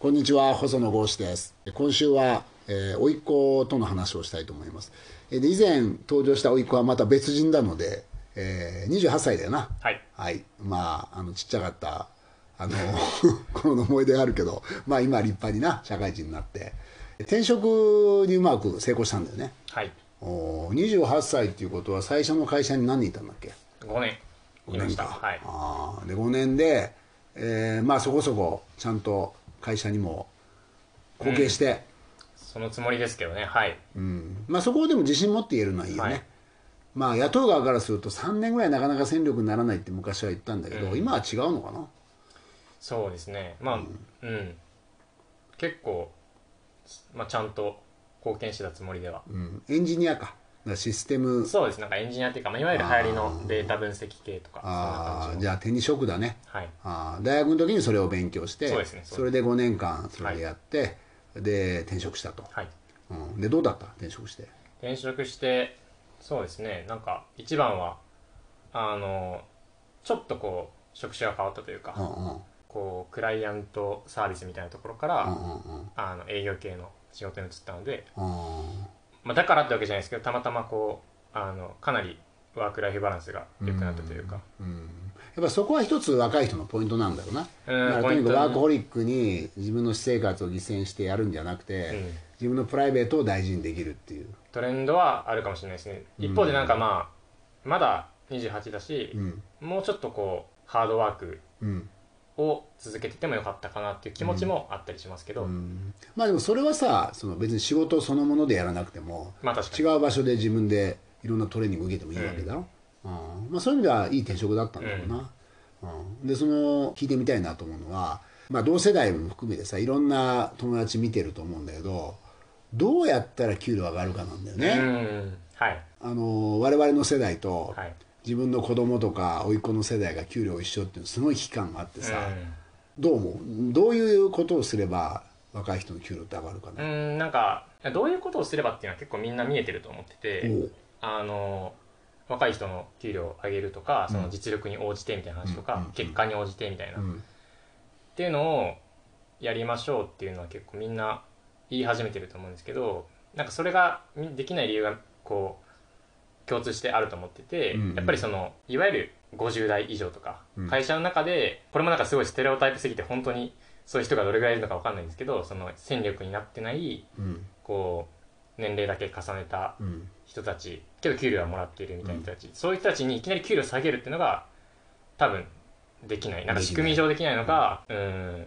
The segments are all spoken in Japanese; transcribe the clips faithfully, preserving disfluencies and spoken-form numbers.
こんにちは、細野豪志です。今週は、えー、甥っ子との話をしたいと思います。で以前登場した甥っ子はまた別人なので、えー、にじゅうはっさいだよな。 はい。 はい。まあ、あのちっちゃかったあの頃の思い出があるけど、まあ今立派にな社会人になって転職にうまく成功したんだよね。 はい。 おにじゅうはっさいっていうことは最初の会社に何人いたんだっけ？ ごねんいました。はい。 あでごねんで、えー、まあそこそこちゃんと会社にも貢献して、うん、 そのつもりですけどね。はい、 うん、まあそこをでも自信持って言えるのはいいよね、はい、まあ雇う側からするとさんねんぐらいなかなか戦力にならないって昔は言ったんだけど、うん、今は違うのかな。 そうですね。まあ、うん、うん、結構、まあ、ちゃんと貢献してたつもりでは、 うん、エンジニアかシステム。 そうです。なんかエンジニアっていうか、まあ、いわゆる流行りのデータ分析系とか。 ああ、じゃあ手に職だね。 はい。 あ大学の時にそれを勉強して、 そうですね。 それでごねんかんそれでやって、はい、で転職したと。 はい。 うん、でどうだった転職して。 転職してそうですね。なんか一番はあのちょっとこう職種が変わったというか、うんうん、こうクライアントサービスみたいなところから、うんうんうん、あの営業系の仕事に移ったので。うんまあ、だからってわけじゃないですけど、たまたまこうあのかなりワークライフバランスが良くなったというか、 うんうん、やっぱそこは一つ若い人のポイントなんだろうな。だからとにかくワークホリックに自分の私生活を犠牲してやるんじゃなくて、うん、自分のプライベートを大事にできるっていうトレンドはあるかもしれないですね。一方でなんかまあまだにじゅうはちだし、うん、もうちょっとこうハードワークを続けててもよかったかなっていう気持ちもあったりしますけど、うんうん、 まあでもそれはさ、その別に仕事そのものでやらなくても、まあ、確かに違う場所で自分でいろんなトレーニング受けてもいいわけだろ、うんうんまあ、そういう意味ではいい転職だったんだろうな、うんうん、でその聞いてみたいなと思うのは、まあ、同世代も含めてさいろんな友達見てると思うんだけど、どうやったら給料上がるかなんだよね、うんはい、あの我々の世代と、はい自分の子供とか甥っ子の世代が給料一緒っていうすごい危機感があってさ、うん、どう思う？どういうことをすれば若い人の給料って上がるかな。 うんなんかどういうことをすればっていうのは結構みんな見えてると思ってて、あの若い人の給料を上げるとか、その実力に応じてみたいな話とか、うん、結果に応じてみたいな、うん、っていうのをやりましょうっていうのは結構みんな言い始めてると思うんですけど、なんかそれができない理由がこう共通してあると思ってて、うんうん、やっぱりそのいわゆるごじゅう代以上とか、うん、会社の中でこれもなんかすごいステレオタイプすぎて本当にそういう人がどれぐらいいるのか分かんないんですけど、その戦力になってない、うん、こう年齢だけ重ねた人たち、うん、けど給料はもらっているみたいな人たち、うん、そういう人たちにいきなり給料下げるっていうのが多分できない、なんか仕組み上できないのか、うん、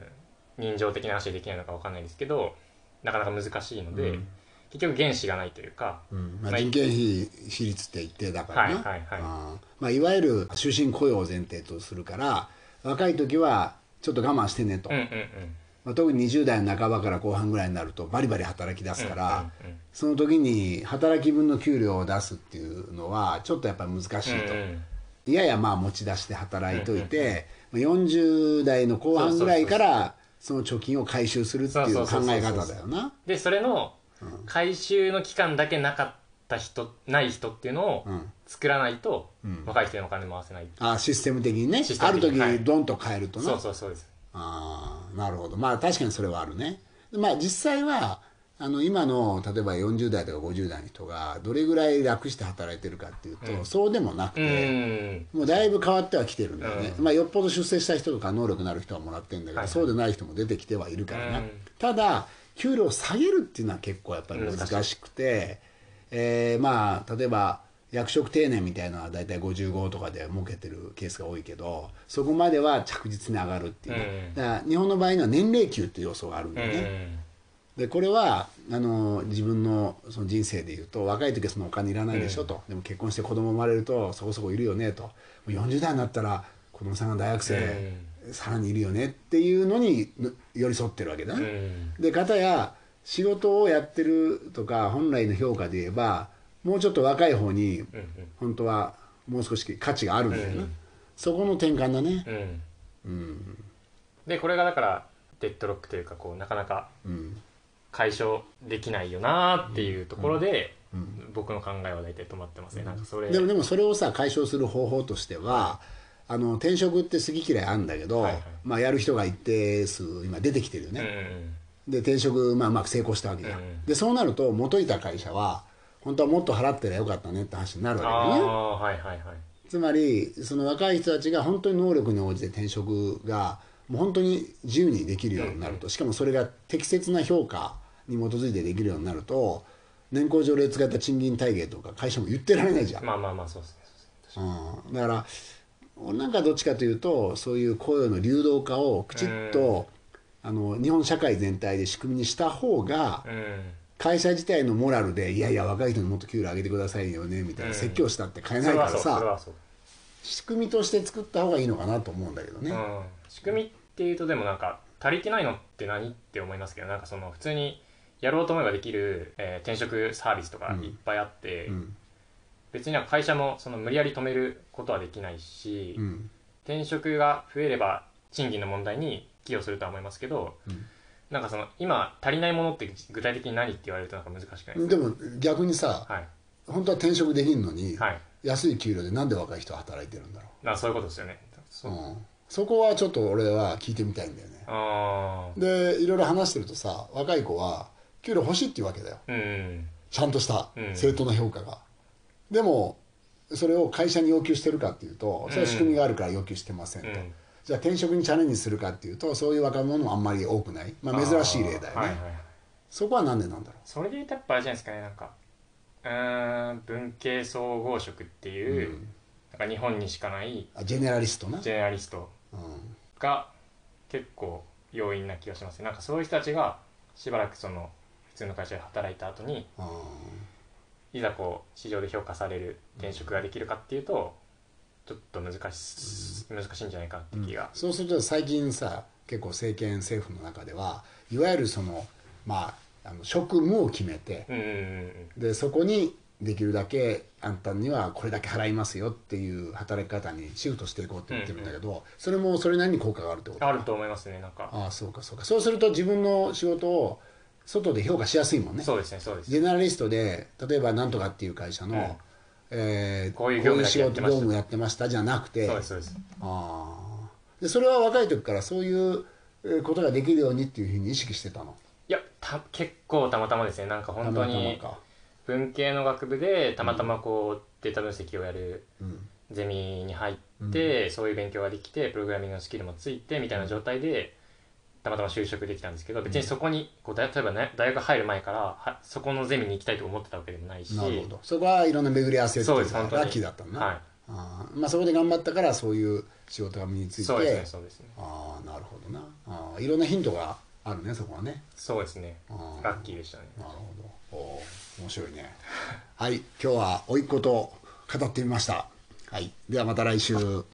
人情的な話でできないのか分かんないですけど、なかなか難しいので、うん結局原資がないというか、 うんまあ、人件費比率って一定だからな、はいはいはいあまあ、いわゆる終身雇用を前提とするから若い時はちょっと我慢してねと、うんうんうんまあ、特ににじゅう代の半ばから後半ぐらいになるとバリバリ働き出すから、うんうんうん、その時に働き分の給料を出すっていうのはちょっとやっぱり難しいと、うんうん、いややまあ持ち出して働いといて、うんうんうん、よんじゅう代の後半ぐらいからその貯金を回収するっていう考え方だよな。 でそれの回収の期間だけなかった人ない人っていうのを作らないと、うん、若い人にお金回せない、 あシステム的にねある時にドンと変えるとね、 はい、そうそうそうです。 ああなるほど、まあ確かにそれはあるね。まあ実際はあの今の例えばよんじゅう代とかごじゅう代の人がどれぐらい楽して働いてるかっていうと、うん、そうでもなくてもうだいぶ変わってはきてるんだよね、うんまあ、よっぽど出世した人とか能力のある人はもらってるんだけど、はいはい、そうでない人も出てきてはいるからな、うん、ただ給料を下げるっていうのは結構やっぱり難しくて、えー、まあ例えば役職定年みたいなのはだいたいごじゅうごとかで儲けてるケースが多いけど、そこまでは着実に上がるっていう、ねうん、だから日本の場合には年齢給っていう要素があるんだよね、うん、でこれはあの自分 の, その人生でいうと若い時はそのお金いらないでしょと、うん、でも結婚して子供生まれるとそこそこいるよねと、もうよんじゅう代になったら子供さんが大学生、うんさらにいるよねっていうのに寄り添ってるわけだね、うん、で片や仕事をやってるとか本来の評価で言えばもうちょっと若い方に本当はもう少し価値があるんだよね、うん、そこの転換だね、うんうん、 でこれがだからデッドロックというかこうなかなか解消できないよなっていうところで、うんうん、僕の考えは大体止まってますね、うん、なんかそれでもでもそれをさ解消する方法としては、 あの転職って好き嫌いあるんだけど、はいはい、まあ、やる人が一定数今出てきてるよね、うんうん、で転職、まあ、うまく成功したわけじゃん、うんうん、でそうなると元いた会社は本当はもっと払ってりゃよかったねって話になるわけだよね。あ、はいはいはい、つまりその若い人たちが本当に能力に応じて転職がもう本当に自由にできるようになると、うんうん、しかもそれが適切な評価に基づいてできるようになると、年功序列型賃金体系とか会社も言ってられないじゃん。 まあまあまあそうですね、 うん、だから俺なんかどっちかというとそういう雇用の流動化をきちっとあの日本社会全体で仕組みにした方が、会社自体のモラルでいやいや若い人にもっと給料上げてくださいよねみたいな説教したって変えないからさ、仕組みとして作った方がいいのかなと思うんだけどね、うん、 仕組みっていうとでもなんか足りてないのって何って思いますけど、なんかその普通にやろうと思えばできる、えー、転職サービスとかいっぱいあって、うん、別には会社もその無理やり止めることはできないし、うん、転職が増えれば賃金の問題に寄与するとは思いますけど、うん、なんかその今足りないものって具体的に何って言われるとなんか難しくないですか。 でも逆にさ、はい、本当は転職できるのに、はい、安い給料でなんで若い人は働いてるんだろう。 あ、そういうことですよね。 そ,、うん、 そこはちょっと俺は聞いてみたいんだよね。あでいろいろ話してるとさ、若い子は給料欲しいっていうわけだよ、うん、ちゃんとした正当な評価が、うん、でもそれを会社に要求してるかっていうと、それは仕組みがあるから要求してませんと、うん、じゃあ転職にチャレンジするかっていうとそういう若者もあんまり多くない、まあ、珍しい例だよね、はいはい、そこはなんでなんだろう。 それで言うとやっぱあれじゃないですかね、なんかうーん文系総合職っていう、うん、なんか日本にしかないジェネラリストなジェネラリストが結構要因な気がしますね。なんかそういう人たちがしばらくその普通の会社で働いた後にいざこう市場で評価される転職ができるかっていうとちょっと難し、うん、難しいんじゃないかって気が、うん、 そうすると最近さ結構政権政府の中ではいわゆるそのまああの職務を決めて、うんうんうん、でそこにできるだけあんたにはこれだけ払いますよっていう働き方にシフトしていこうって言ってるんだけど、うんうん、それもそれなりに効果があるってこと。 あると思いますね。なんかああそうかそうか。そうすると自分の仕事を外で評価しやすいもんね。 そうですねそうです。 ジェネラリストで例えばなんとかっていう会社の、うんえー、こういう業務仕事業務やってましたじゃなくて、 そうですそうです。 あでそれは若い時からそういうことができるようにっていうふうに意識してたの。 いやた結構たまたまですね。なんか本当にたまたまか文系の学部でたまたまこう、うん、データ分析をやるゼミに入って、うん、そういう勉強ができてプログラミングのスキルもついてみたいな状態でたまたま就職できたんですけど、別にそこにこう例えば、ね、大学入る前からはそこのゼミに行きたいと思ってたわけでもないし。 なるほど。そこはいろんな巡り合わせっていうかラッキーだったんだな、はい、あまあ、そこで頑張ったからそういう仕事が身について。 そうですねそうですね。 あなるほどな。あいろんなヒントがあるねそこはね。 そうですね。ラッキーでしたね。 なるほど。お面白いね。はい今日は甥っ子と語ってみました。はいではまた来週。